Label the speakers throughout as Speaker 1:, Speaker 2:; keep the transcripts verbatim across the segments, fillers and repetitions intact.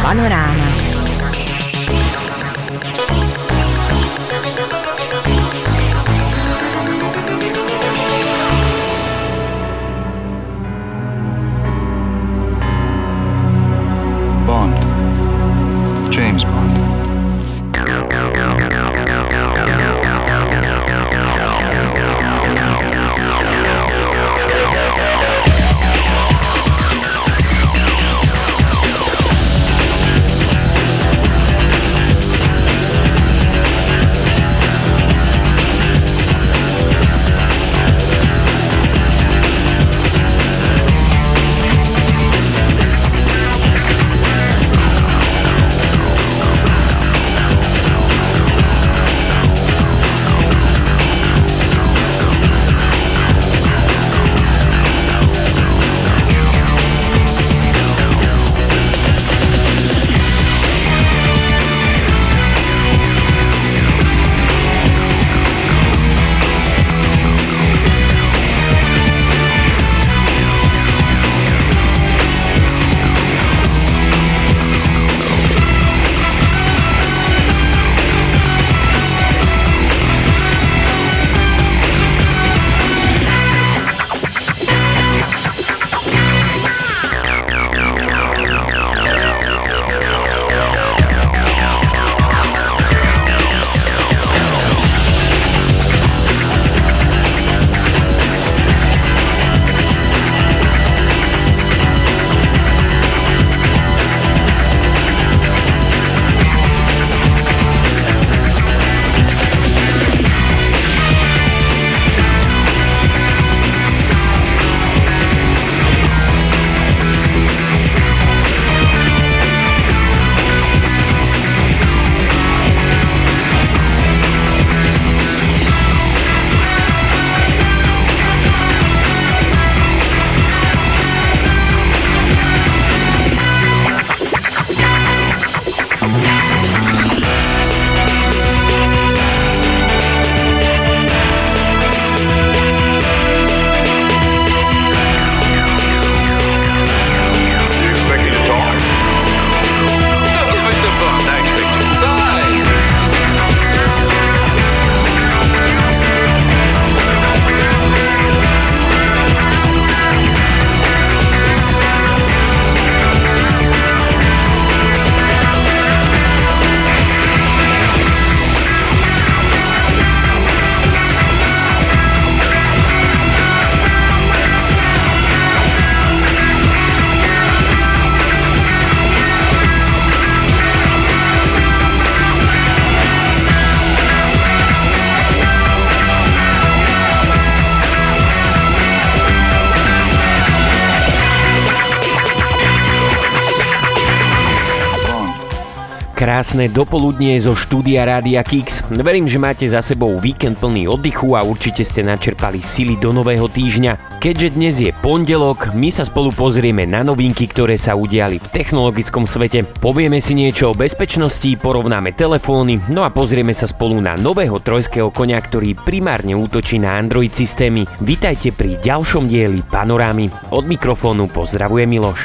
Speaker 1: Panoráma.
Speaker 2: Bond. James Bond.
Speaker 3: Krásne dopoludnie zo štúdia Rádia Kix. Verím, že máte za sebou víkend plný oddychu a určite ste načerpali sily do nového týždňa. Keďže dnes je pondelok, my sa spolu pozrieme na novinky, ktoré sa udiali v technologickom svete. Povieme si niečo o bezpečnosti, porovnáme telefóny, no a pozrieme sa spolu na nového trojského konia, ktorý primárne útočí na Android systémy. Vítajte pri ďalšom dieli Panorámy. Od mikrofónu pozdravuje Miloš.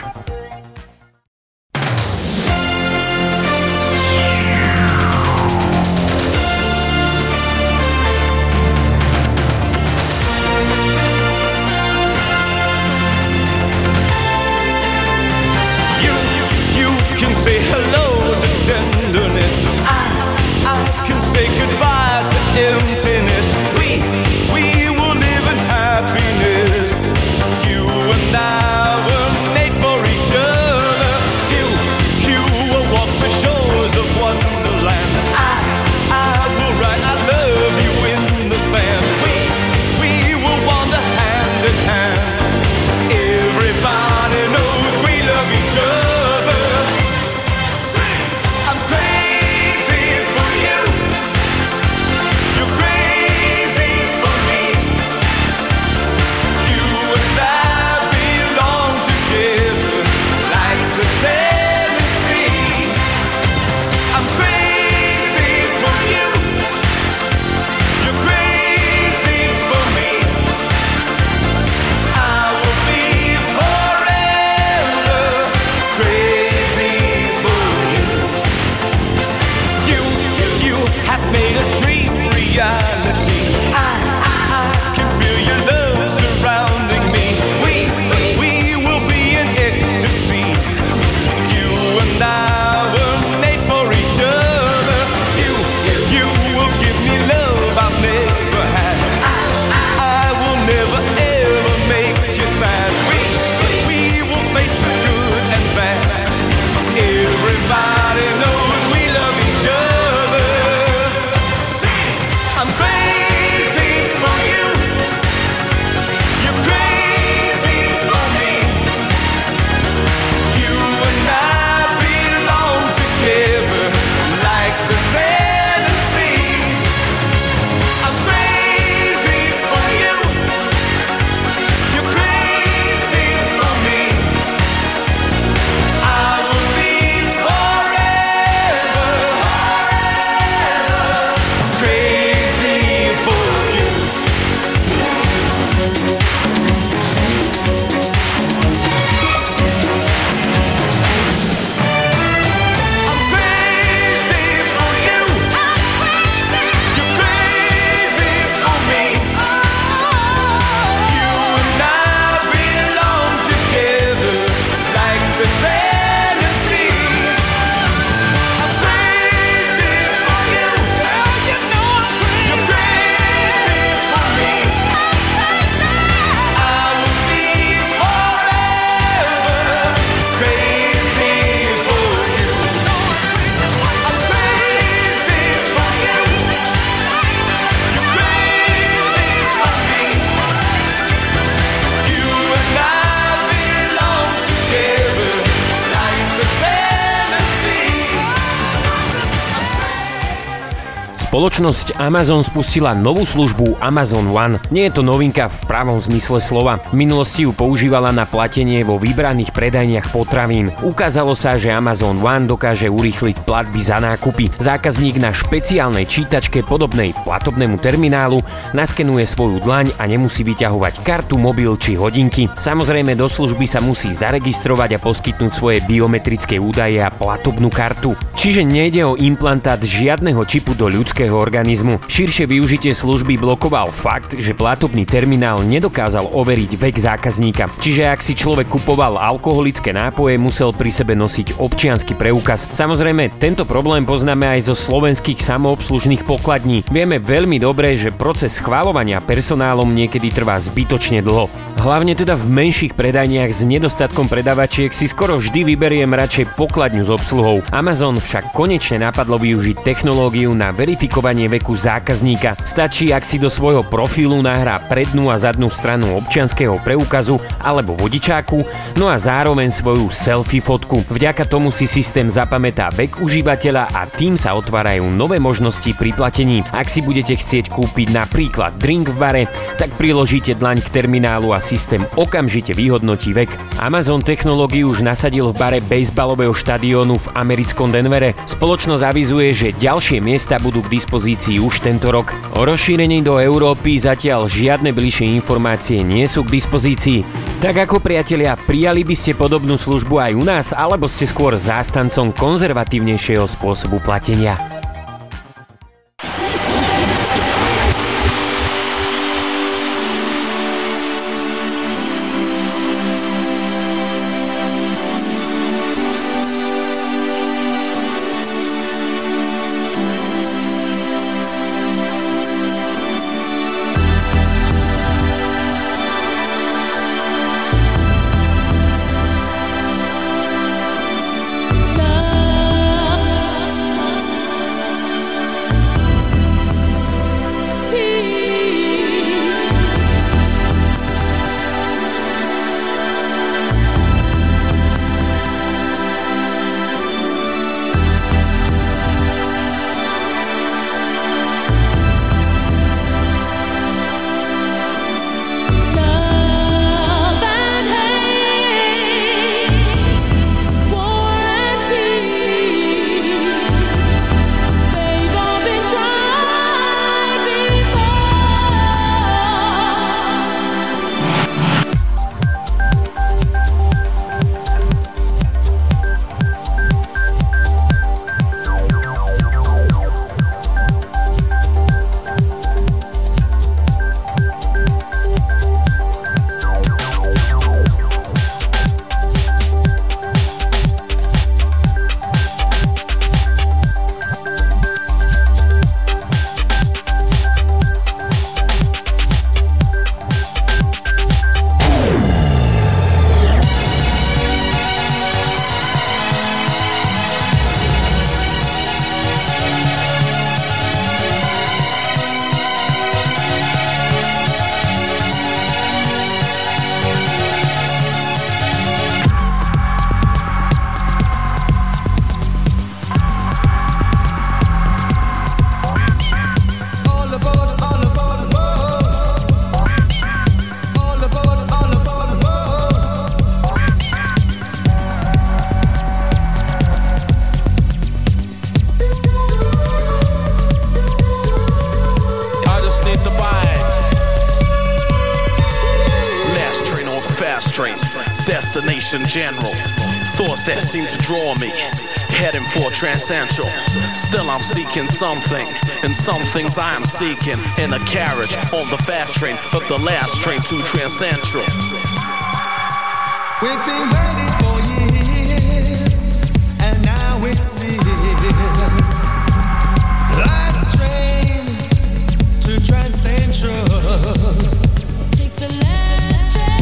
Speaker 4: We were made for each
Speaker 3: Spoločnosť Amazon spustila novú službu Amazon One. Nie je to novinka v pravom zmysle slova. V minulosti ju používala na platenie vo vybraných predajniach potravín. Ukázalo sa, že Amazon One dokáže urýchliť platby za nákupy. Zákazník na špeciálnej čítačke podobnej platobnému terminálu naskenuje svoju dlaň a nemusí vyťahovať kartu, mobil či hodinky. Samozrejme, do služby sa musí zaregistrovať a poskytnúť svoje biometrické údaje a platobnú kartu. Čiže nejde o implantát žiadneho čipu do ľudského organizmu. Širšie využitie služby blokoval fakt, že platobný terminál nedokázal overiť vek zákazníka. Čiže ak si človek kupoval alkoholické nápoje, musel pri sebe nosiť občiansky preukaz. Samozrejme, tento problém poznáme aj zo slovenských samoobslužných pokladní. Vieme veľmi dobre, že proces schvaľovania personálom niekedy trvá zbytočne dlho. Hlavne teda v menších predajniach s nedostatkom predavačiek si skoro vždy vyberiem radšej pokladňu s obsluhou. Amazon však konečne napadlo využiť technológiu na verifikovanie veku zákazníka. Stačí, ak si do svojho profilu nahrá prednú a zadnú stranu občianskeho preukazu alebo vodičáku, no a zároveň svoju selfie fotku. Vďaka tomu si systém zapamätá vek užívateľa a tým sa otvárajú nové možnosti pri platení. Ak si budete chcieť kúpiť napríklad drink v bare, tak priložíte dlaň k terminálu a systém okamžite vyhodnotí vek. Amazon technológiu už nasadil v bare bejsbalového štadiónu v americkom Denvere. Spoločnosť avizuje, že ďalšie miesta budú k dispozícii už tento rok. O rozšírení do Európy zatiaľ žiadne bližšie informácie nie sú k dispozícii. Tak ako priatelia, prijali by ste podobnú službu aj u nás, alebo ste skôr zástancom konzervatívnejšieho spôsobu platenia?
Speaker 1: General thoughts that seem to draw me, heading for transcendental. Still I'm seeking something, and some things I am seeking in a carriage on the fast train of the last train to transcendental.
Speaker 4: We've been waiting for years, and now it's here. Last train to transcendental.
Speaker 5: Take the last train.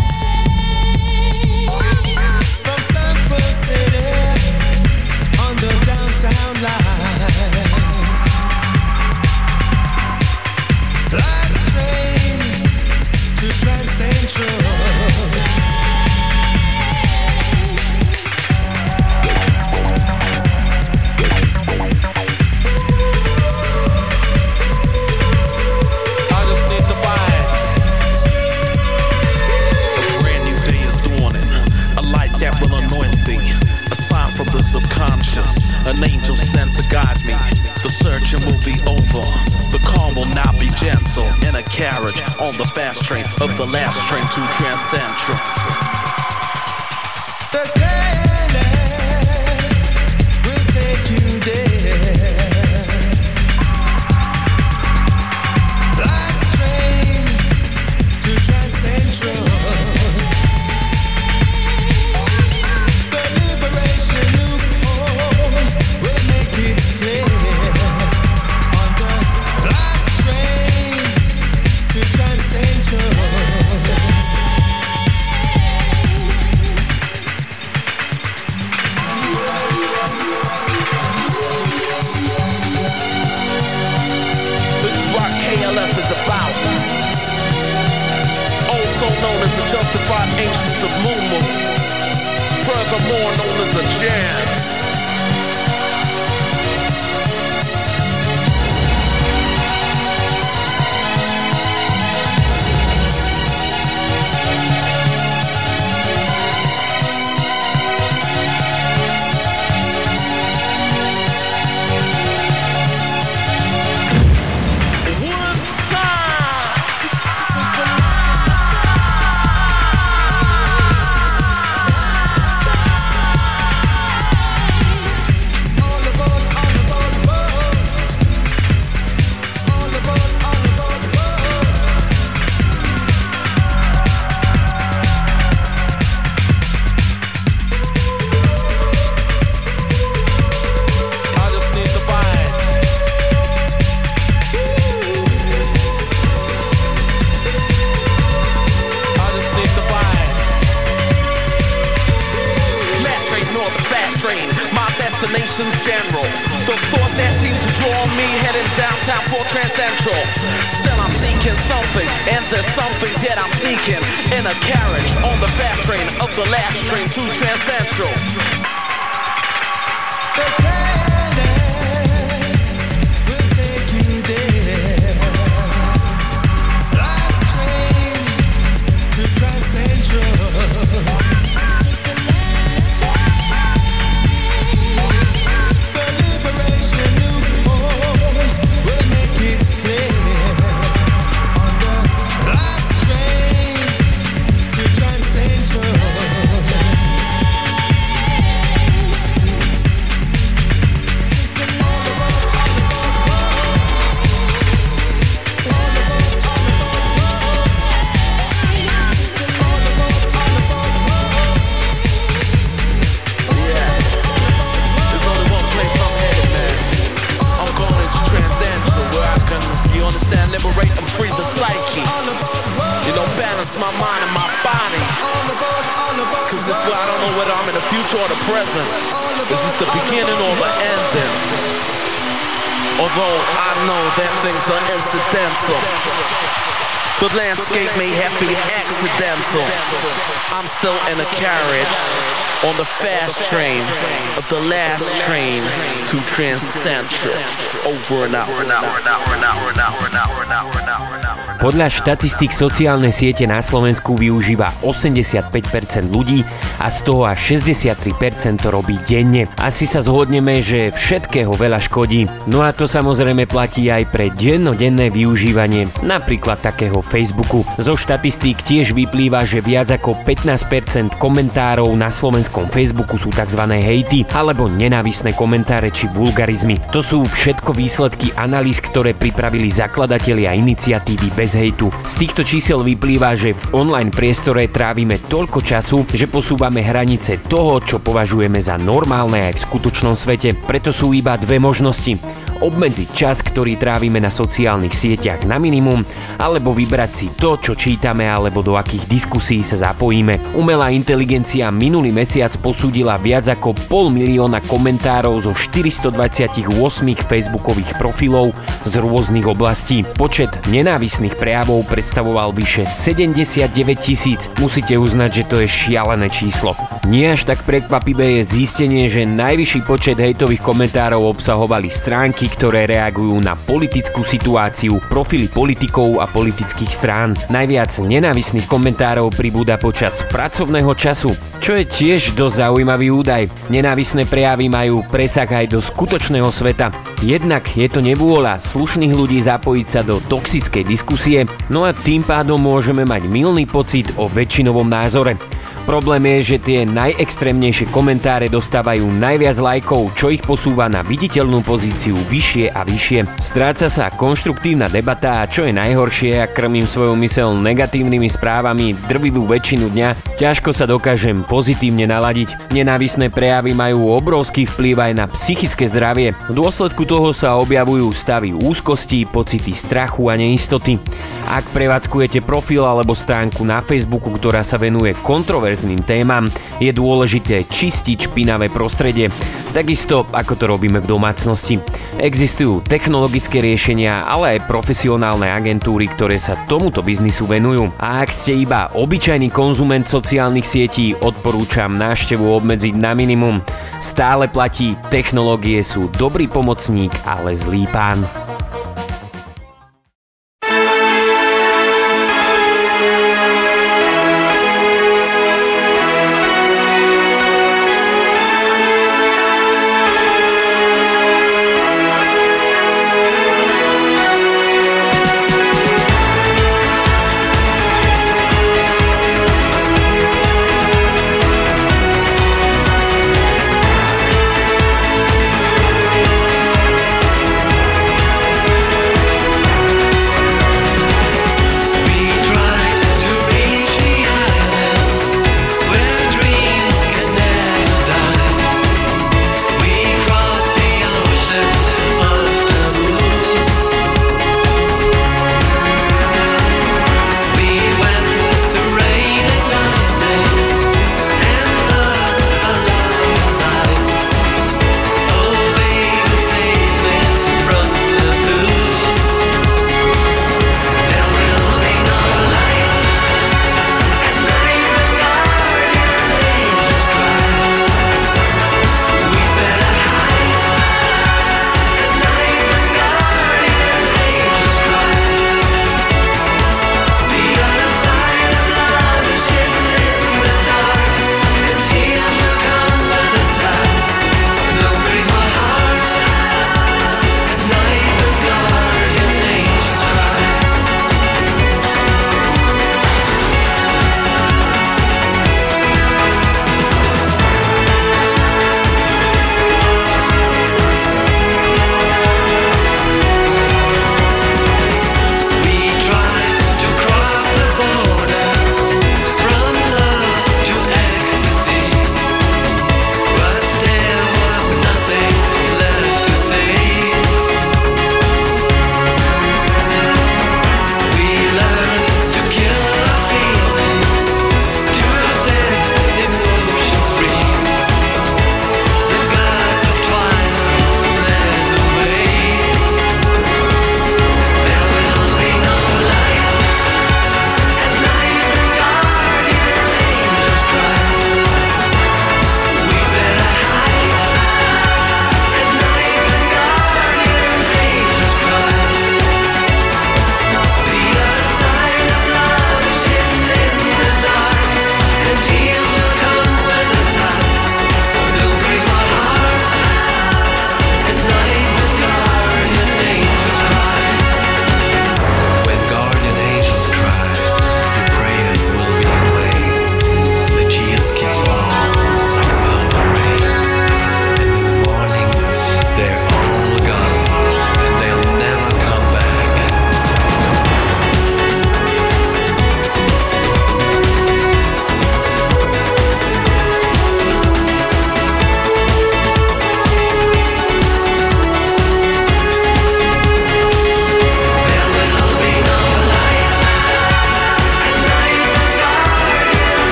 Speaker 4: Downtown line, last train to Grand Central.
Speaker 1: subconscious, an angel sent to guide me. The searching will be over, the calm will now be gentle. In a carriage on the fast train of the last train to Transcentral.
Speaker 4: The K L F will take you there. Last train to Transcentral. The liberation loophole will make it clear. On the last train to Transcentral.
Speaker 1: Known as the justified ancients of Mumu, furthermore known as the Jams. General, the thoughts that seem to draw me heading downtown for Transcentral. Still I'm seeking something, and there's something that I'm seeking in a carriage on the fast train of the last train to Transcentral.
Speaker 4: The K L F will take you there. Last train to Transcentral.
Speaker 1: Liberate and free the psyche. You know, balance my mind and my body. Cause this way I don't know whether I'm in the future or the present. Is this the beginning or the ending? Although I know that things are incidental. The landscape may have been accidental. I'm still in a carriage on the fast train of the last train to Transcentral. Over and out.
Speaker 3: Podľa štatistík sociálne siete na Slovensku využíva osemdesiatpäť percent ľudí a z toho až šesťdesiattri percent to robí denne. Asi sa zhodneme, že všetkého veľa škodí. No a to samozrejme platí aj pre dennodenné využívanie napríklad takého Facebooku. Zo štatistík tiež vyplýva, že viac ako pätnásť percent komentárov na slovenskom Facebooku sú tzv. Hejty alebo nenávisné komentáre či vulgarizmy. To sú všetko výsledky analýz, ktoré pripravili zakladatelia iniciatívy Bez hejtu. Z týchto čísel vyplýva, že v online priestore trávime toľko času, že posúvame hranice toho, čo považujeme za normálne aj v skutočnom svete. Preto sú iba dve možnosti. Obmedziť čas, ktorý trávime na sociálnych sieťach na minimum, alebo vybrať si to, čo čítame, alebo do akých diskusí sa zapojíme. Umelá inteligencia minulý mesiac posúdila viac ako pol milióna komentárov zo štyristodvadsaťosem facebookových profilov z rôznych oblastí. Počet nenávisných prejavov predstavoval vyše sedemdesiatdeväť tisíc. Musíte uznať, že to je šialené číslo. Nie až tak prekvapivé je zistenie, že najvyšší počet hejtových komentárov obsahovali stránky, ktoré reagujú na politickú situáciu, profily politikov a politických strán. Najviac nenávisných komentárov pribúda počas pracovného času, čo je tiež dosť zaujímavý údaj. Nenávisné prejavy majú presah aj do skutočného sveta. Jednak je to nevôľa slušných ľudí zapojiť sa do toxickej diskusie, no a tým pádom môžeme mať mylný pocit o väčšinovom názore. Problém je, že tie najextrémnejšie komentáre dostávajú najviac lajkov, čo ich posúva na viditeľnú pozíciu vyššie a vyššie. Stráca sa konštruktívna debata a čo je najhoršie, ak krmím svoju myseľ negatívnymi správami drvivú väčšinu dňa, ťažko sa dokážem pozitívne naladiť. Nenávisné prejavy majú obrovský vplyv aj na psychické zdravie. V dôsledku toho sa objavujú stavy úzkosti, pocity strachu a neistoty. Ak prevádzkujete profil alebo stránku na Facebooku, ktorá sa venuje kontroverzným témam, je dôležité čistiť špinavé prostredie, takisto ako to robíme v domácnosti. Existujú technologické riešenia, ale aj profesionálne agentúry, ktoré sa tomuto biznisu venujú. A ak ste iba obyčajný konzument sociálnych sietí, odporúčam návštevu obmedziť na minimum. Stále platí, technológie sú dobrý pomocník, ale zlý pán.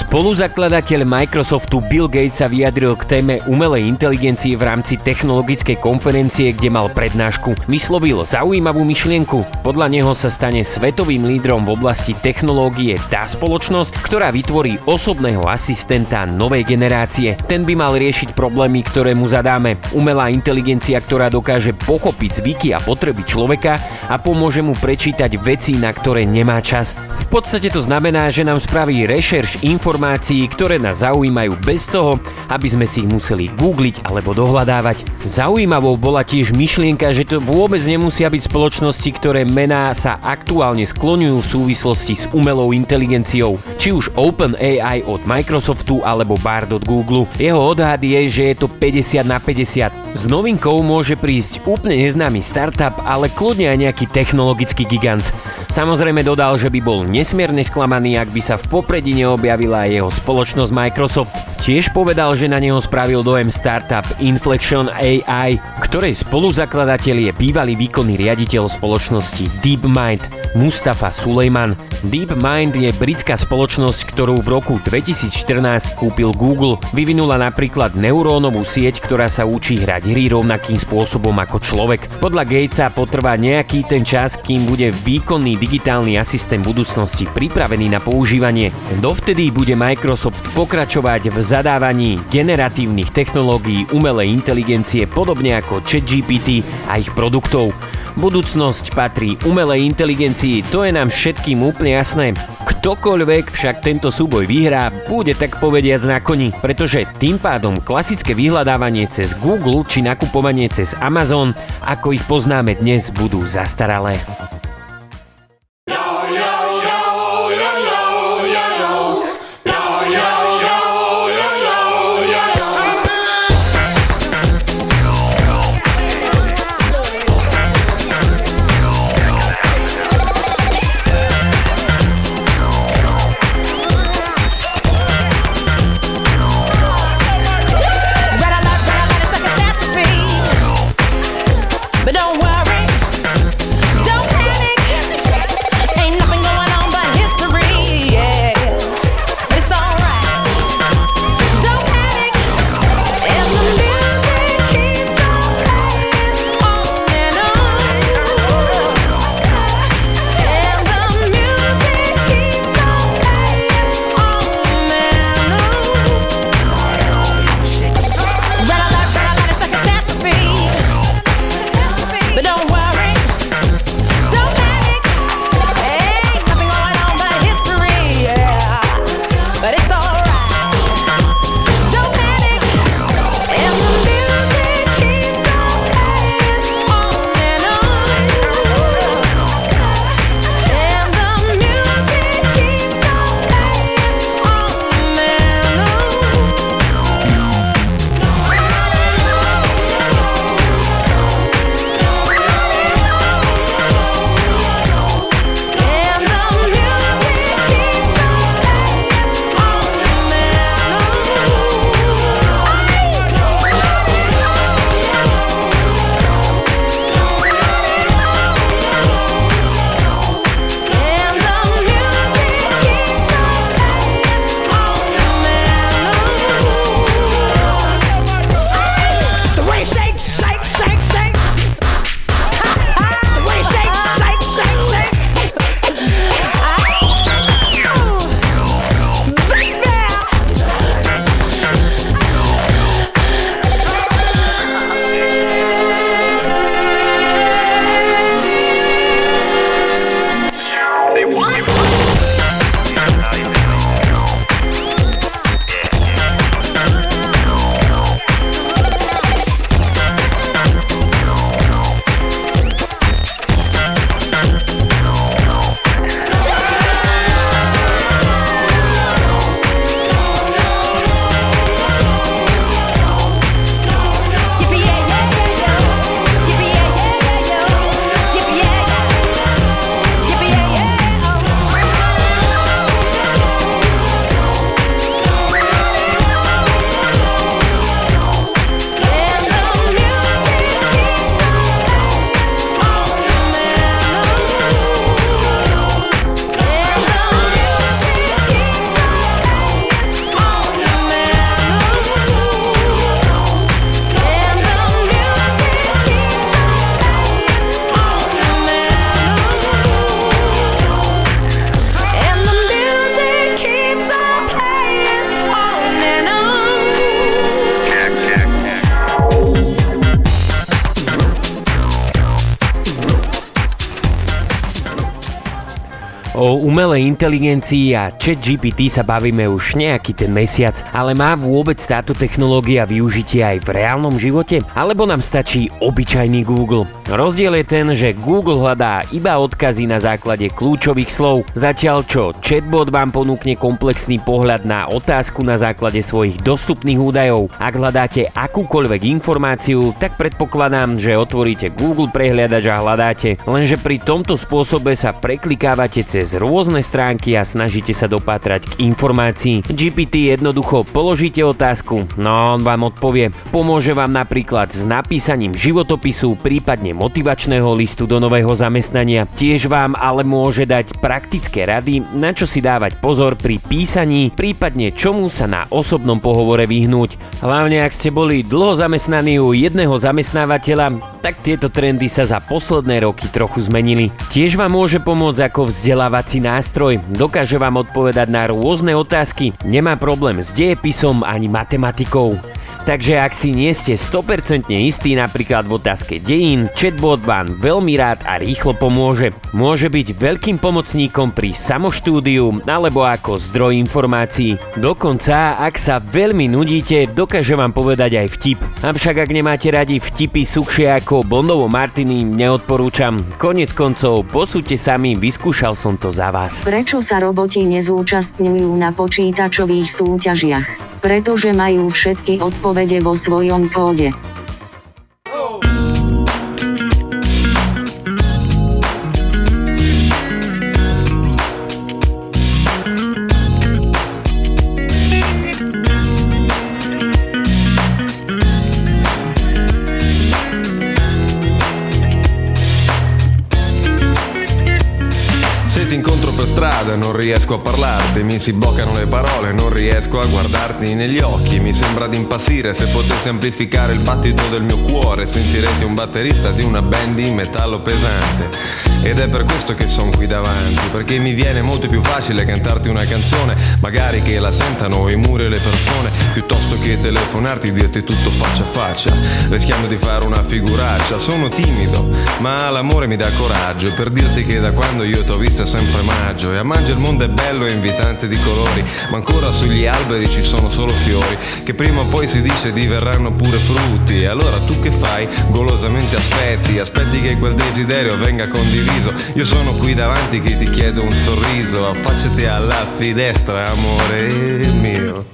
Speaker 3: Spoluzakladateľ Microsoftu Bill Gates sa vyjadril k téme umelej inteligencie v rámci technologickej konferencie, kde mal prednášku. Vyslovil zaujímavú myšlienku. Podľa neho sa stane svetovým lídrom v oblasti technológie tá spoločnosť, ktorá vytvorí osobného asistenta novej generácie. Ten by mal riešiť problémy, ktoré mu zadáme. Umelá inteligencia, ktorá dokáže pochopiť zvyky a potreby človeka a pomôže mu prečítať veci, na ktoré nemá čas. V podstate to znamená, že nám spraví rešerš informácií, ktoré nás zaujímajú bez toho, aby sme si ich museli googliť alebo dohľadávať. Zaujímavou bola tiež myšlienka, že to vôbec nemusia byť spoločnosti, ktoré mená sa aktuálne skloňujú v súvislosti s umelou inteligenciou. Či už OpenAI od Microsoftu alebo Bard od Google. Jeho odhad je, že je to päťdesiat na päťdesiat. S novinkou môže prísť úplne neznámy startup, ale kľudne aj nejaký technologický gigant. Samozrejme dodal, že by bol nesmierne sklamaný, ak by sa v popredí neobjavila jeho spoločnosť Microsoft. Tiež povedal, že na neho spravil dojem startup Inflection á í, ktorej spoluzakladateľ je bývalý výkonný riaditeľ spoločnosti DeepMind Mustafa Sulejman. DeepMind je britská spoločnosť, ktorú v roku dvetisícštrnásť kúpil Google. Vyvinula napríklad neurónovú sieť, ktorá sa učí hrať hry rovnakým spôsobom ako človek. Podľa Gatesa potrvá nejaký ten čas, kým bude výkonný digitálny asistent budúcnosti pripravený na používanie. Dovtedy bude Microsoft pokračovať v zadávaní generatívnych technológií umelej inteligencie podobne ako ChatGPT a ich produktov. Budúcnosť patrí umelej inteligencii, to je nám všetkým úplne jasné. Ktokoľvek však tento súboj vyhrá, bude tak povediac na koni, pretože tým pádom klasické vyhľadávanie cez Google či nakupovanie cez Amazon, ako ich poznáme dnes, budú zastaralé.
Speaker 5: But don't worry, don't panic.
Speaker 3: O umelej inteligencii a ChatGPT sa bavíme už nejaký ten mesiac, ale má vôbec táto technológia využitie aj v reálnom živote? Alebo nám stačí obyčajný Google? Rozdiel je ten, že Google hľadá iba odkazy na základe kľúčových slov, zatiaľ čo chatbot vám ponúkne komplexný pohľad na otázku na základe svojich dostupných údajov. Ak hľadáte akúkoľvek informáciu, tak predpokladám, že otvoríte Google prehliadač a hľadáte, lenže pri tomto spôsobe sa preklikávate cez rôzne stránky a snažíte sa dopátrať k informácii. G P T jednoducho položíte otázku, no on vám odpovie. Pomôže vám napríklad s napísaním životopisu, prípadne motivačného listu do nového zamestnania. Tiež vám ale môže dať praktické rady, na čo si dávať pozor pri písaní, prípadne čomu sa na osobnom pohovore vyhnúť. Hlavne ak ste boli dlho zamestnaní u jedného zamestnávateľa, tak tieto trendy sa za posledné roky trochu zmenili. Tiež vám môže pomôcť ako vzdelávací nástroj. Dokáže vám odpovedať na rôzne otázky. Nemá problém s dejepisom ani matematikou. Takže ak si nie ste sto percent istí napríklad v otázke dejín, chatbot vám veľmi rád a rýchlo pomôže. Môže byť veľkým pomocníkom pri samoštúdiu alebo ako zdroj informácií. Dokonca, ak sa veľmi nudíte, dokáže vám povedať aj vtip. Avšak ak nemáte radi vtipy suchšie ako Bondovo Martiny, neodporúčam. Koniec koncov, posúďte sami, vyskúšal som to za vás.
Speaker 6: Prečo sa roboti nezúčastňujú na počítačových súťažiach? Pretože majú všetky odpovede vo svojom kóde.
Speaker 7: Ti incontro per strada, non riesco a parlarti, mi si bloccano le parole, non riesco a guardarti negli occhi, mi sembra di impazzire, se potessi amplificare il battito del mio cuore, sentirete un batterista di una band di metallo pesante. Ed è per questo che sono qui davanti, perché mi viene molto più facile cantarti una canzone, magari che la sentano i muri e le persone, piuttosto che telefonarti e dirti tutto faccia a faccia. Rischiamo di fare una figuraccia, sono timido, ma l'amore mi dà coraggio, per dirti che da quando io t'ho visto è sempre maggio, e a maggio il mondo è bello e invitante di colori, ma ancora sugli alberi ci sono solo fiori, che prima o poi si dice diverranno pure frutti, e allora tu che fai? Golosamente aspetti, aspetti che quel desiderio venga condiviso. Io sono qui davanti che ti chiedo un sorriso, affacciati alla finestra, amore mio.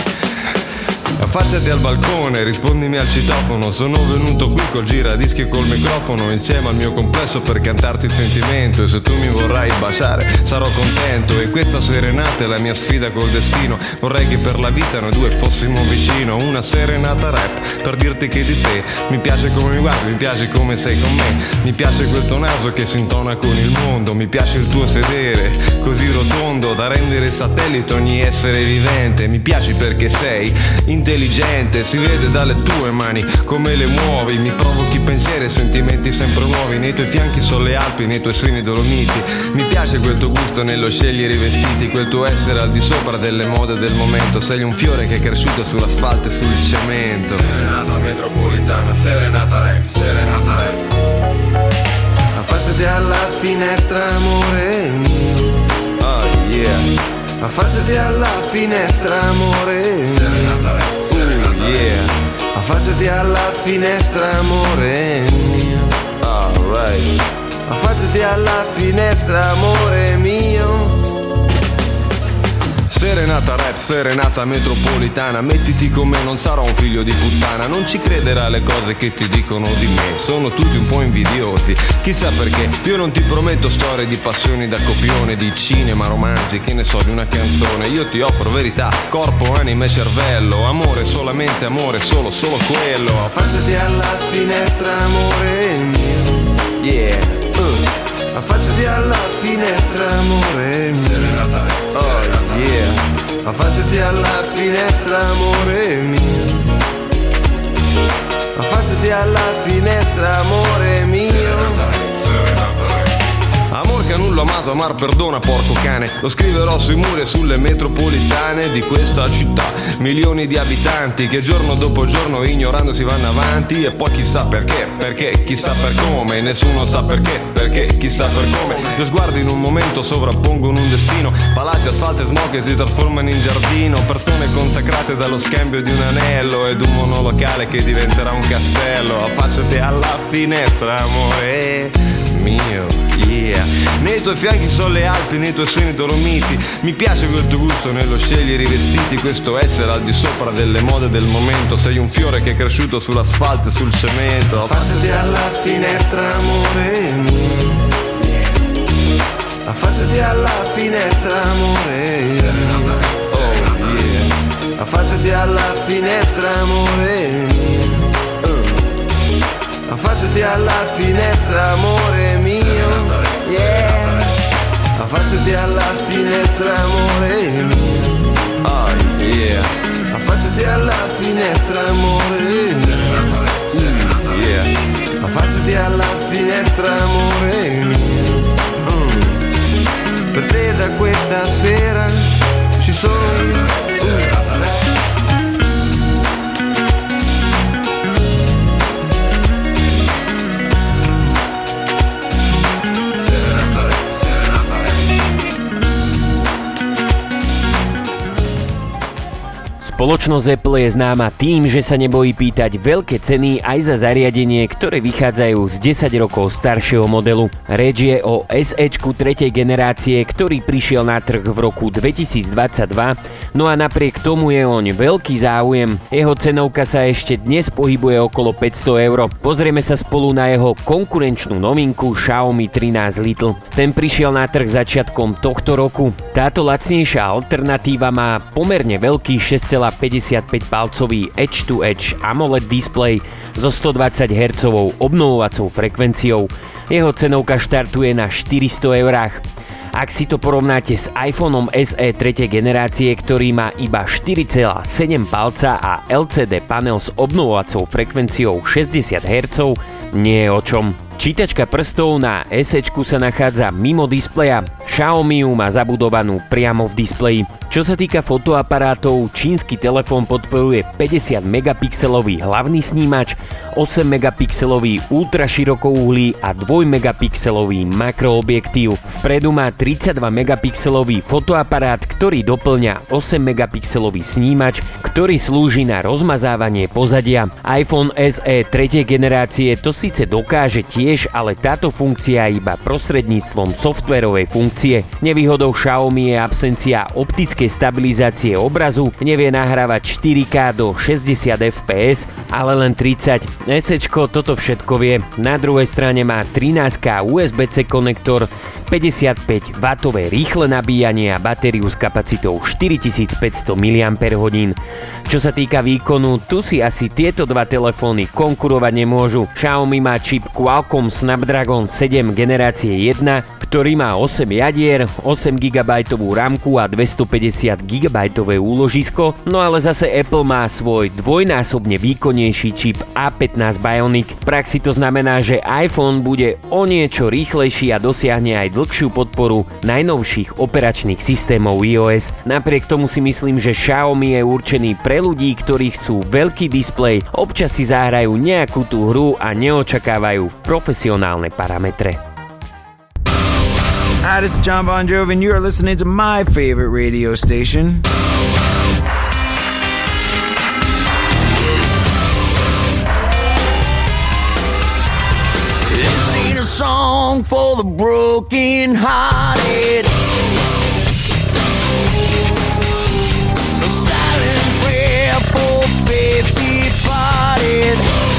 Speaker 7: Affacciati al balcone, rispondimi al citofono, sono venuto qui col giradischi e col microfono, insieme al mio complesso per cantarti il sentimento, e se tu mi vorrai baciare sarò contento, e questa serenata è la mia sfida col destino, vorrei che per la vita noi due fossimo vicino, una serenata rap per dirti che di te mi piace come mi guardi, mi piace come sei con me, mi piace quel tuo naso che si intona con il mondo, mi piace il tuo sedere così rotondo da rendere satellite ogni essere vivente, mi piaci perché sei intelligente, intelligente, si vede dalle tue mani come le muovi, mi provochi pensieri e sentimenti sempre nuovi, nei tuoi fianchi sono le Alpi, nei tuoi seni Dolomiti, mi piace quel tuo gusto nello scegliere i vestiti, quel tuo essere al di sopra delle mode del momento, sei un fiore che è cresciuto sull'asfalto e sul cemento. Serenata metropolitana, serenata rap, serenata rap. Affacciati alla finestra, amore mio, oh yeah. Affacciati alla finestra, amore mio, serenata rap. Yeah, affacciati alla finestra, amore mio. Alright. Affacciati alla finestra, amore mio. Serenata rap, serenata metropolitana, mettiti con me, non sarò un figlio di puttana, non ci crederà alle cose che ti dicono di me, sono tutti un po' invidiosi, chissà perché, io non ti prometto storie di passioni da copione, di cinema, romanzi, che ne so, di una canzone, io ti offro verità, corpo, anima e cervello, amore, solamente amore, solo, solo quello. Affacciati alla finestra, amore mio, yeah, uh. Affacciati alla finestra, amore mio, serenata rap. Oh yeah, affacciati alla finestra, amore mio. Affacciati alla finestra, amore mio. Amor che a nulla l'ho amato, amar perdona porco cane. Lo scriverò sui muri e sulle metropolitane di questa città. Milioni di abitanti che giorno dopo giorno ignorando si vanno avanti. E poi chissà perché, perché, chissà per come. Nessuno sa perché, perché, chissà per come. Due sguardi in un momento sovrappongono un destino. Palazzi, asfalto e smog che si trasformano in giardino. Persone consacrate dallo scambio di un anello ed un monolocale che diventerà un castello. Affacciati alla finestra, amore mio, yeah. Nei tuoi fianchi sono le Alpi, nei tuoi seni Dolomiti. Mi piace quel tuo gusto nello scegliere i vestiti. Questo essere al di sopra delle mode del momento. Sei un fiore che è cresciuto sull'asfalto e sul cemento. Affacciati alla finestra, amore mio. Affacciati alla finestra, amore mio. Oh yeah. Affacciati alla finestra, amore mio. Affacciati alla finestra, amore mio, yeah. Affacciati alla finestra, amore mio, oh yeah. Affacciati alla finestra, amore mio, yeah. Affacciati alla finestra, amore mio, mm. Per te da questa sera ci sono io.
Speaker 3: Spoločnosť Apple je známa tým, že sa nebojí pýtať veľké ceny aj za zariadenie, ktoré vychádzajú z desať rokov staršieho modelu. Reč je o SEčku tretej generácie, ktorý prišiel na trh v roku dvetisícdvadsaťdva, no a napriek tomu je oň veľký záujem. Jeho cenovka sa ešte dnes pohybuje okolo päťsto eur. Pozrieme sa spolu na jeho konkurenčnú novinku Xiaomi trinásť Lite. Ten prišiel na trh začiatkom tohto roku. Táto lacnejšia alternatíva má pomerne veľký šesť celá päťdesiatpäť palcový Edge to Edge AMOLED displej so stodvadsať hertzov obnovovacou frekvenciou. Jeho cenovka štartuje na štyristo eurách. Ak si to porovnáte s iPhoneom es e tretej generácie, ktorý má iba štyri celá sedem palca a el cé dé panel s obnovovacou frekvenciou šesťdesiat hertzov, nie je o čom. Čítačka prstov na SEčku sa nachádza mimo displeja, Xiaomi ju má zabudovanú priamo v displeji. Čo sa týka fotoaparátov, čínsky telefón podporuje päťdesiat megapixelový hlavný snímač, osem megapixelový ultraširokouhlý a dva megapixelový makroobjektív. Vpredu má tridsaťdva megapixelový fotoaparát, ktorý doplňa osem megapixelový snímač, ktorý slúži na rozmazávanie pozadia. iPhone es e tretej generácie to síce dokáže tiež, ale táto funkcia iba prostredníctvom softverovej funkcie. Nevýhodou Xiaomi je absencia optickej stabilizácie obrazu, nevie nahrávať štyri ká do šesťdesiat ef pé es, ale len tridsať. SEčko toto všetko vie. Na druhej strane má trinásť ká ú es bé cé konektor, päťdesiatpäť wattové rýchle nabíjanie a batériu s kapacitou štyritisícpäťsto miliampérhodín. Čo sa týka výkonu, tu si asi tieto dva telefóny konkurovať nemôžu. Xiaomi má čip Qualcomm Snapdragon sedem generácie jeden, ktorý má osem jadier, osem gigabajtovú ramku a dvestopäťdesiat gigabajtové úložisko, no ale zase Apple má svoj dvojnásobne výkonnejší čip á pätnásť Bionic. V praxi to znamená, že iPhone bude o niečo rýchlejší a dosiahne aj dlhšiu podporu najnovších operačných systémov iOS. Napriek tomu si myslím, že Xiaomi je určený pre ľudí, ktorí chcú veľký displej, občas si zahrajú nejakú tú hru a neočakávajú profesionálne parametre.
Speaker 8: Hi, this is John Bon Jovi, and you are listening to my favorite radio station.
Speaker 4: This ain't a song for the broken hearted. A silent prayer for faith departed.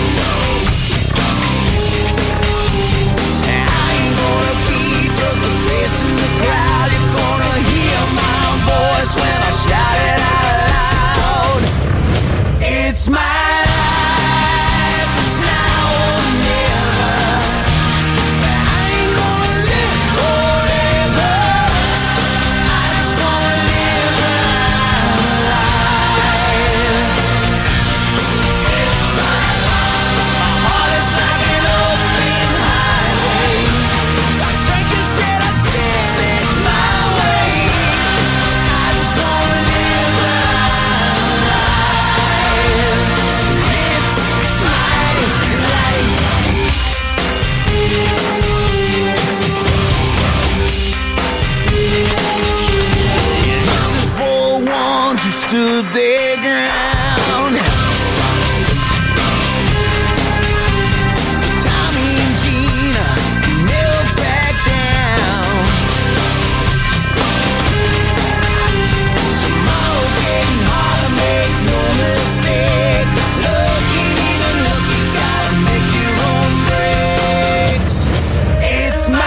Speaker 4: In the crowd, you're gonna hear my voice when I shout it out loud. It's my life, it's now or never. I ain't gonna live forever. to the ground. Tommy and Gina never back down. Tomorrow's getting harder, make no mistake. Looking even look, you gotta make your own breaks. It's my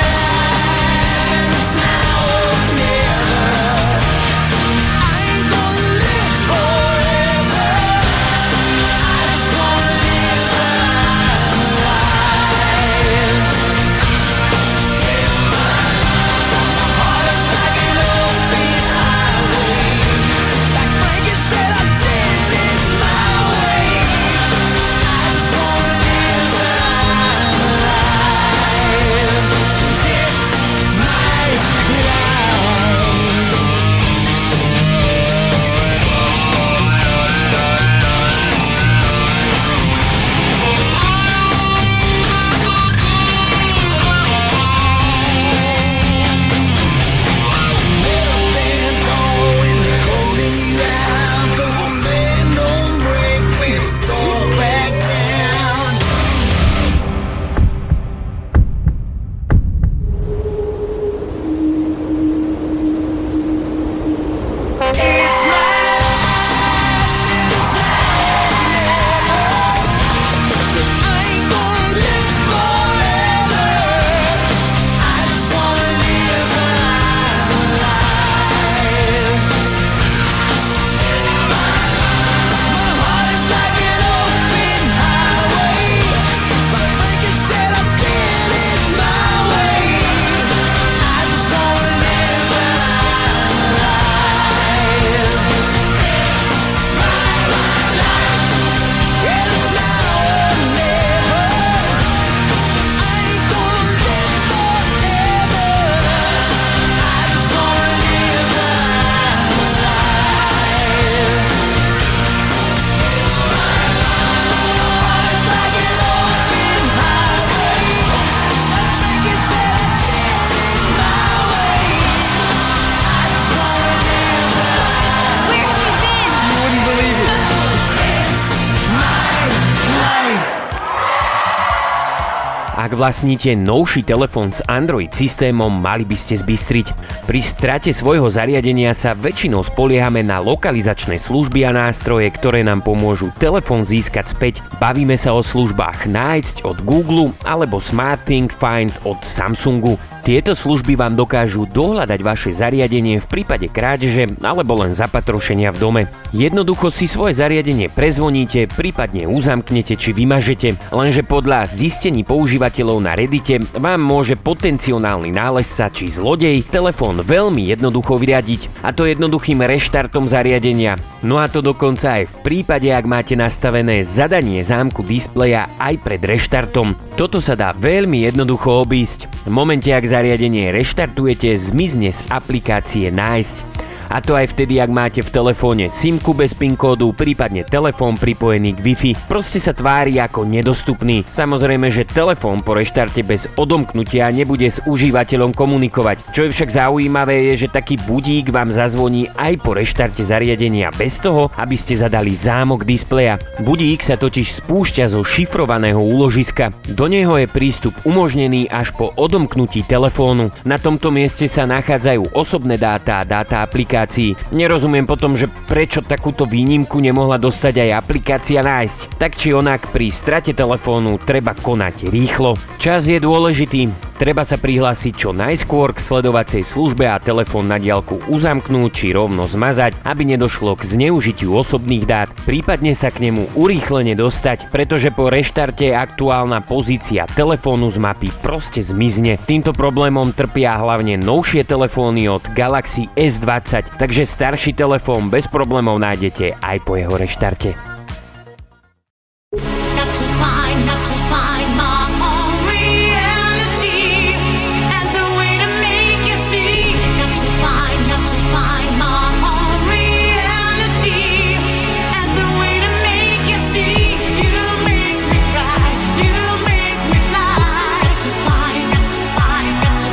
Speaker 3: Ak vlastníte novší telefón s Android systémom, mali by ste zbystriť. Pri strate svojho zariadenia sa väčšinou spoliehame na lokalizačné služby a nástroje, ktoré nám pomôžu telefón získať späť. Bavíme sa o službách nájsť od Google alebo SmartThing Find od Samsungu. Tieto služby vám dokážu dohľadať vaše zariadenie v prípade krádeže alebo len zapatrošenia v dome. Jednoducho si svoje zariadenie prezvoníte, prípadne uzamknete či vymažete, lenže podľa zistení používateľov na Reddite vám môže potenciálny nálezca či zlodej telefón veľmi jednoducho vyriadiť, a to jednoduchým reštartom zariadenia. No a to dokonca aj v prípade, ak máte nastavené zadanie zámku displeja aj pred reštartom. Toto sa dá veľmi jednoducho obísť. V momente, ak zariadenie reštartujete, zmizne z aplikácie Nájsť. A to aj vtedy, ak máte v telefóne simku bez PIN kódu, prípadne telefón pripojený k Wi-Fi. Proste sa tvári ako nedostupný. Samozrejme, že telefón po reštarte bez odomknutia nebude s užívateľom komunikovať. Čo je však zaujímavé, je, že taký budík vám zazvoní aj po reštarte zariadenia bez toho, aby ste zadali zámok displeja. Budík sa totiž spúšťa zo šifrovaného úložiska. Do neho je prístup umožnený až po odomknutí telefónu. Na tomto mieste sa nachádzajú osobné dáta a dáta aplikácií. Nerozumiem potom, že prečo takúto výnimku nemohla dostať aj aplikácia Nájsť. Tak či onak, pri strate telefónu treba konať rýchlo. Čas je dôležitý. Treba sa prihlásiť čo najskôr k sledovacej službe a telefón na diaľku uzamknúť či rovno zmazať, aby nedošlo k zneužitiu osobných dát. Prípadne sa k nemu urýchlene dostať, pretože po reštarte aktuálna pozícia telefónu z mapy proste zmizne. Týmto problémom trpia hlavne novšie telefóny od Galaxy es dvadsať, takže starší telefón bez problémov nájdete aj po jeho reštarte.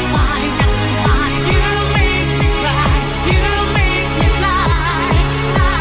Speaker 9: Fly.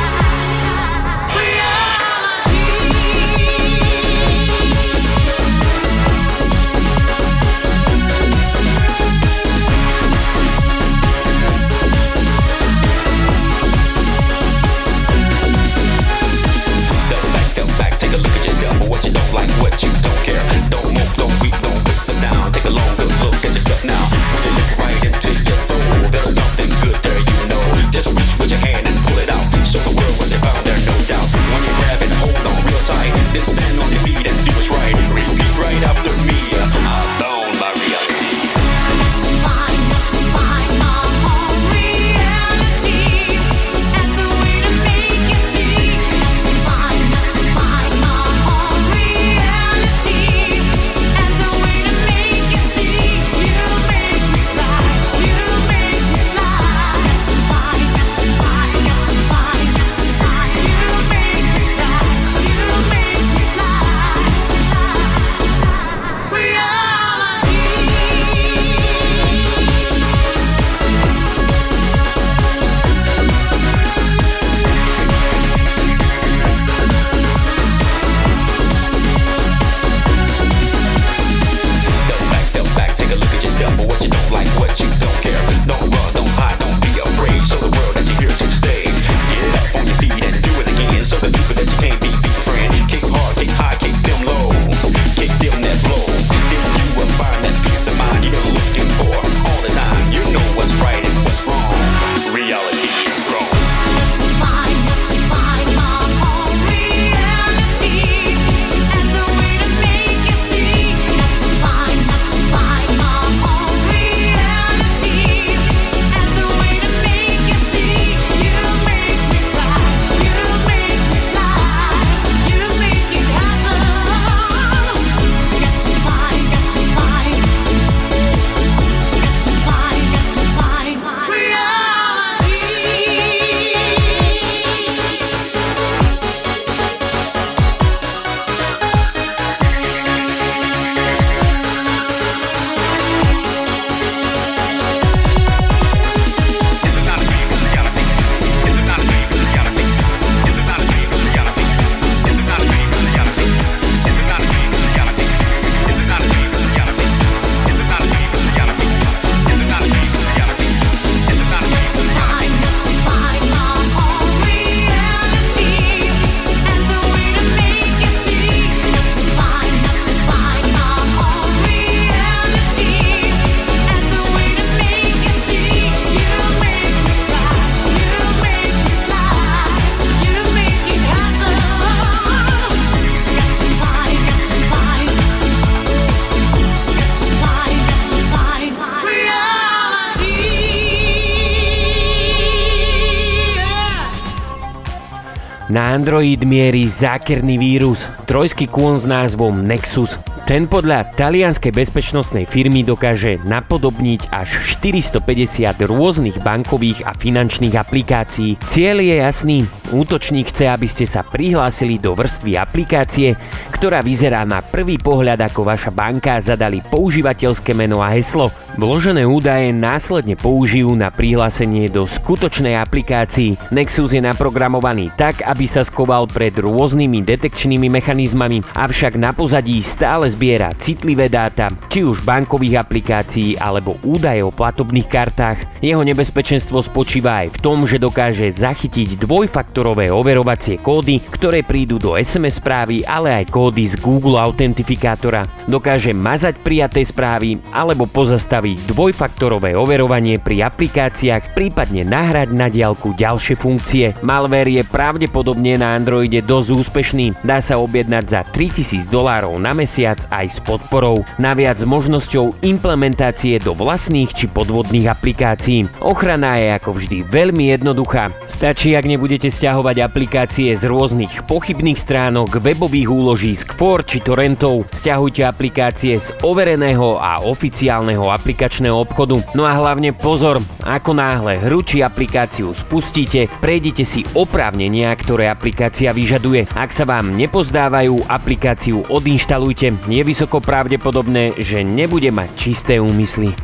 Speaker 3: Na Android mierí zákerný vírus, trojský kôň s názvom Nexus. Ten podľa talianskej bezpečnostnej firmy dokáže napodobniť až štyristopäťdesiat rôznych bankových a finančných aplikácií. Cieľ je jasný. Útočník chce, aby ste sa prihlásili do vrstvy aplikácie, ktorá vyzerá na prvý pohľad ako vaša banka, a zadali používateľské meno a heslo. Vložené údaje následne použijú na prihlásenie do skutočnej aplikácii. Nexus je naprogramovaný tak, aby sa skoval pred rôznymi detekčnými mechanizmami, avšak na pozadí stále zbiera citlivé dáta, či už bankových aplikácií alebo údaje o platobných kartách. Jeho nebezpečenstvo spočíva aj v tom, že dokáže zachytiť dvojfaktorové overovacie kódy, ktoré prídu do es em es správy, ale aj kódy z Google autentifikátora. Dokáže mazať prijaté správy alebo pozastaviť dvojfaktorové overovanie pri aplikáciách, prípadne nahrať na diaľku ďalšie funkcie. Malware je pravdepodobne na Androide dosť úspešný. Dá sa objednať za tritisíc dolárov na mesiac aj s podporou. Naviac s možnosťou implementácie do vlastných či podvodných aplikácií. Ochrana je ako vždy veľmi jednoduchá. Stačí, ak nebudete stiahovať aplikácie z rôznych pochybných stránok, webových úložísk, fór či torrentov. Stiahujte aplikácie z overeného a oficiálneho aplikačného obchodu. No a hlavne pozor, ako náhle hru či aplikáciu spustíte, prejdite si oprávnenia, ktoré aplikácia vyžaduje. Ak sa vám nepozdávajú, aplikáciu odinštalujte. Je vysoko pravdepodobné, že nebude mať čisté úmysly.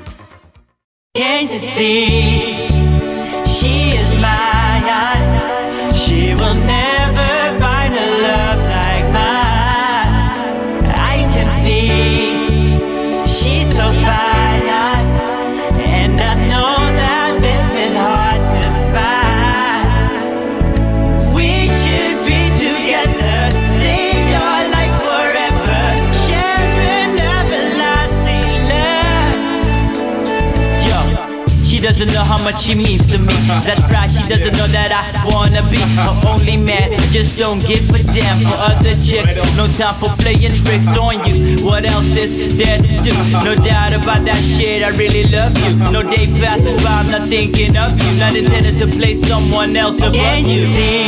Speaker 9: Can't you see, she is mine, she will never find a love like mine. I can see, she's so fine, and I know that this is hard to find. We should be together, stay your life forever, sharing everlasting love. Yo, she doesn't know how much she means to me. That's right, she doesn't know that I wanna be her only man. Just don't give a damn for other chicks. No time for playing tricks on you. What else is there to do? No doubt about that shit, I really love you. No day passes by, I'm not thinking of you. Not intended to play someone else above you. Can you see,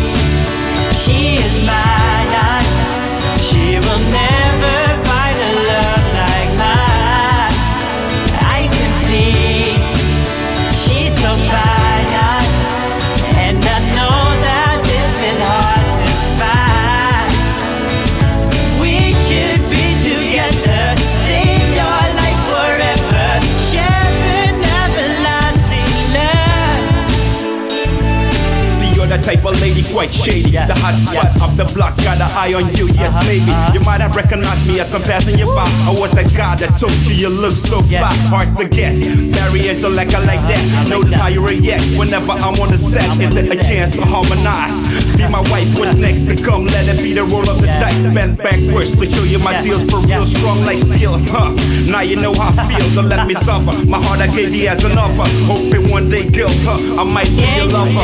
Speaker 9: she is mine. She will never find a love like mine. I can see, she's so fine, and I know that this is hard to find. We should be together, stay your life forever, sharing everlasting love.
Speaker 10: See, you're the type of lady quite shady. The hot spot of the block, got an eye on you, yes maybe. You might have recognized me as I'm passing you by. I was that guy that told you you look so fly, hard to get. Very intellect, I like that. Notice how you react whenever I'm on the set. Is it a chance to harmonize? Be my wife, what's next to come? Let it be the roll of the dice. Bend backwards to show you my deals for real, strong like steel. Huh? Now you know how I feel. Don't let me suffer. My heart I gave you as an offer. Hoping one day, girl, huh? I might be your lover.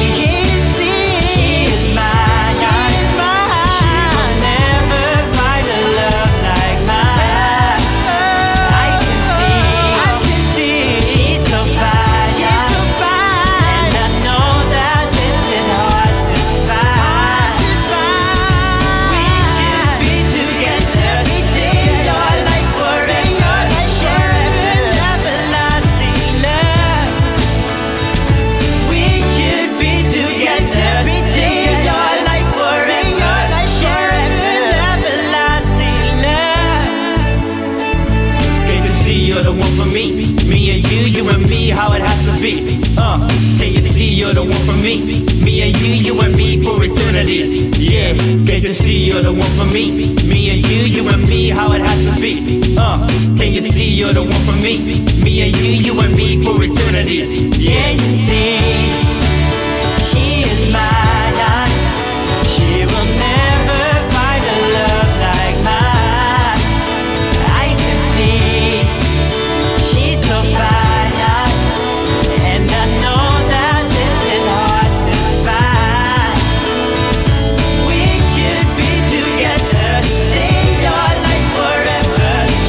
Speaker 10: How it has to be, uh, can you see you're the one for me? Me and you, you and me for eternity. Yeah, can't you see you're the one for me? Me and you, you and me, how it has to be. Uh, can you see you're the one for me? Me and you, you and me for eternity. Yeah, you see, she is mine. She will never find a love like mine. I can see, she's so fine.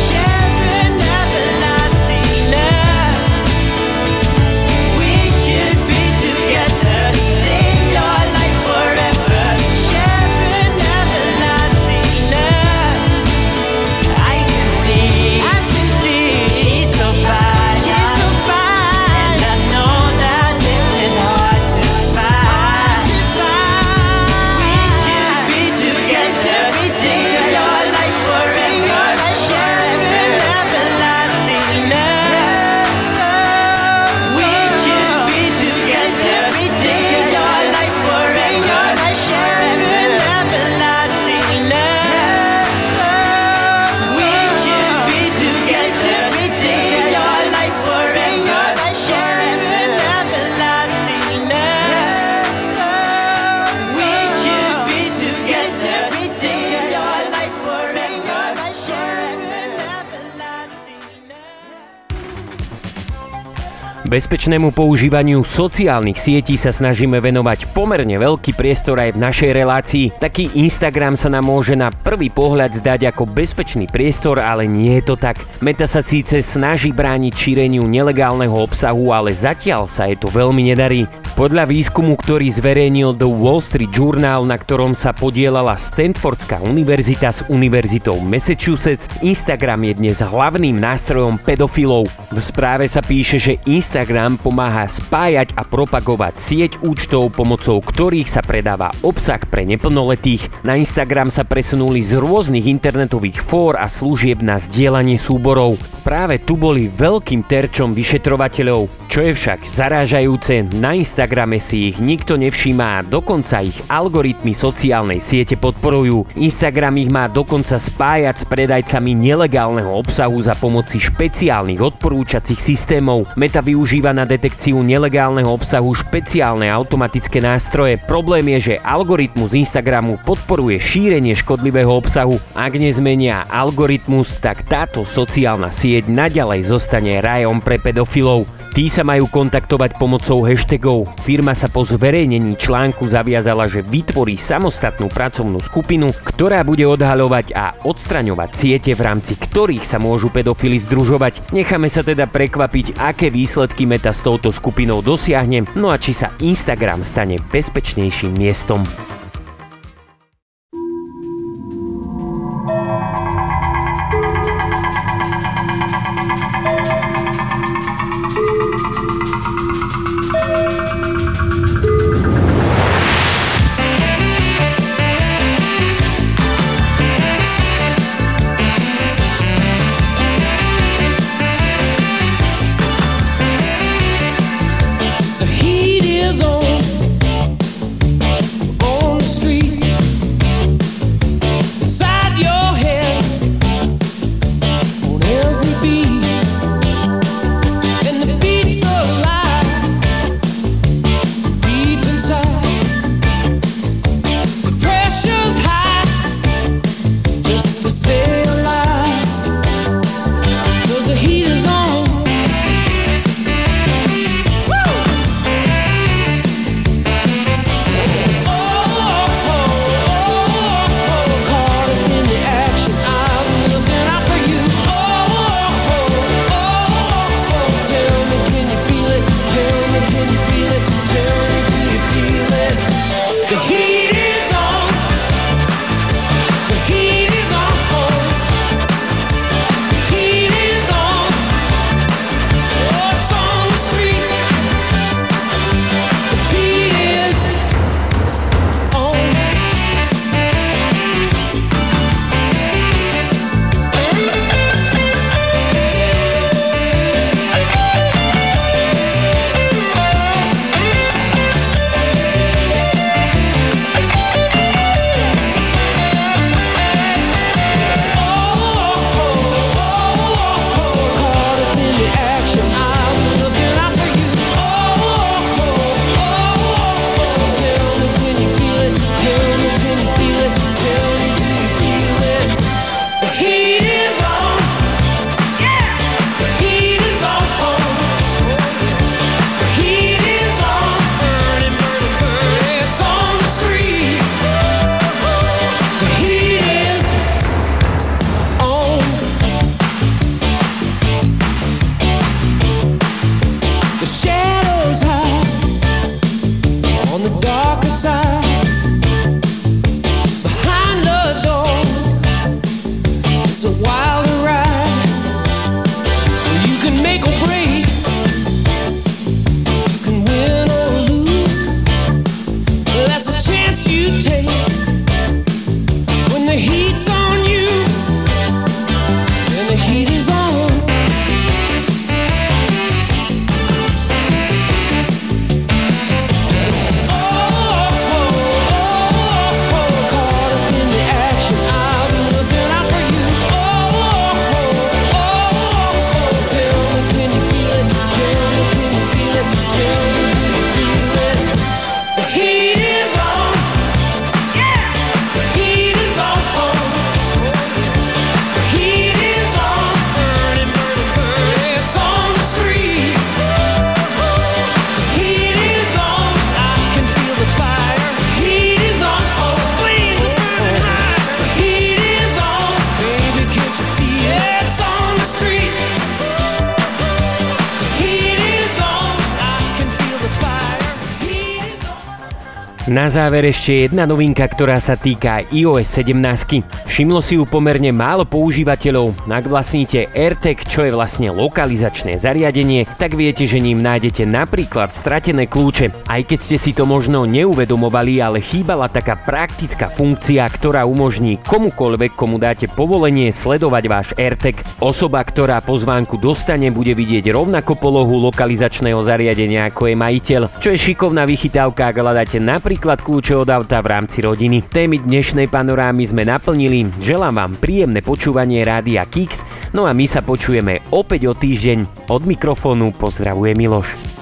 Speaker 10: Should
Speaker 3: Bezpečnému používaniu sociálnych sietí sa snažíme venovať pomerne veľký priestor aj v našej relácii. Taký Instagram sa nám môže na prvý pohľad zdať ako bezpečný priestor, ale nie je to tak. Meta sa síce snaží brániť šíreniu nelegálneho obsahu, ale zatiaľ sa jej to veľmi nedarí. Podľa výskumu, ktorý zverejnil The Wall Street Journal, na ktorom sa podielala Stanfordská univerzita s univerzitou Massachusetts, Instagram je dnes hlavným nástrojom pedofilov. V správe sa píše, že Instagram pomáha spájať a propagovať sieť účtov, pomocou ktorých sa predáva obsah pre neplnoletých. Na Instagram sa presunuli z rôznych internetových fór a služieb na zdieľanie súborov. Práve tu boli veľkým terčom vyšetrovateľov. Čo je však zarážajúce, na Instagrame si ich nikto nevšíma a dokonca ich algoritmy sociálnej siete podporujú. Instagram ich má dokonca spájať s predajcami nelegálneho obsahu za pomoci špeciálnych odporúčacích systémov. Meta využíva na detekciu nelegálneho obsahu špeciálne automatické nástroje. Problém je, že algoritmus Instagramu podporuje šírenie škodlivého obsahu. Ak nezmenia algoritmus, tak táto sociálna sieť naďalej zostane rajom pre pedofilov. Tí sa majú kontaktovať pomocou hashtagov. Firma sa po zverejnení článku zaviazala, že vytvorí samostatnú pracovnú skupinu, ktorá bude odhaľovať a odstraňovať siete, v rámci ktorých sa môžu pedofili združovať. Necháme sa teda prekvapiť, aké výsledky Meta s touto skupinou dosiahne, no a či sa Instagram stane bezpečnejším miestom.
Speaker 4: The heat is on, on
Speaker 3: Na záver ešte jedna novinka, ktorá sa týka i O S sedemnásť. Všimlo si ju pomerne málo používateľov. Ak vlastníte AirTag, čo je vlastne lokalizačné zariadenie, tak viete, že ním nájdete napríklad stratené kľúče. Aj keď ste si to možno neuvedomovali, ale chýbala taká praktická funkcia, ktorá umožní komukoľvek, komu dáte povolenie, sledovať váš AirTag. Osoba, ktorá pozvánku dostane, bude vidieť rovnako polohu lokalizačného zariadenia ako je majiteľ, čo je šikovná vychytávka, ak hľadáte napríklad kľúče od auta v rámci rodiny. Témy dnešnej panorámy sme naplnili. Želám vám príjemné počúvanie Rádia Kix, no a my sa počujeme opäť o týždeň. Od mikrofónu pozdravuje Miloš.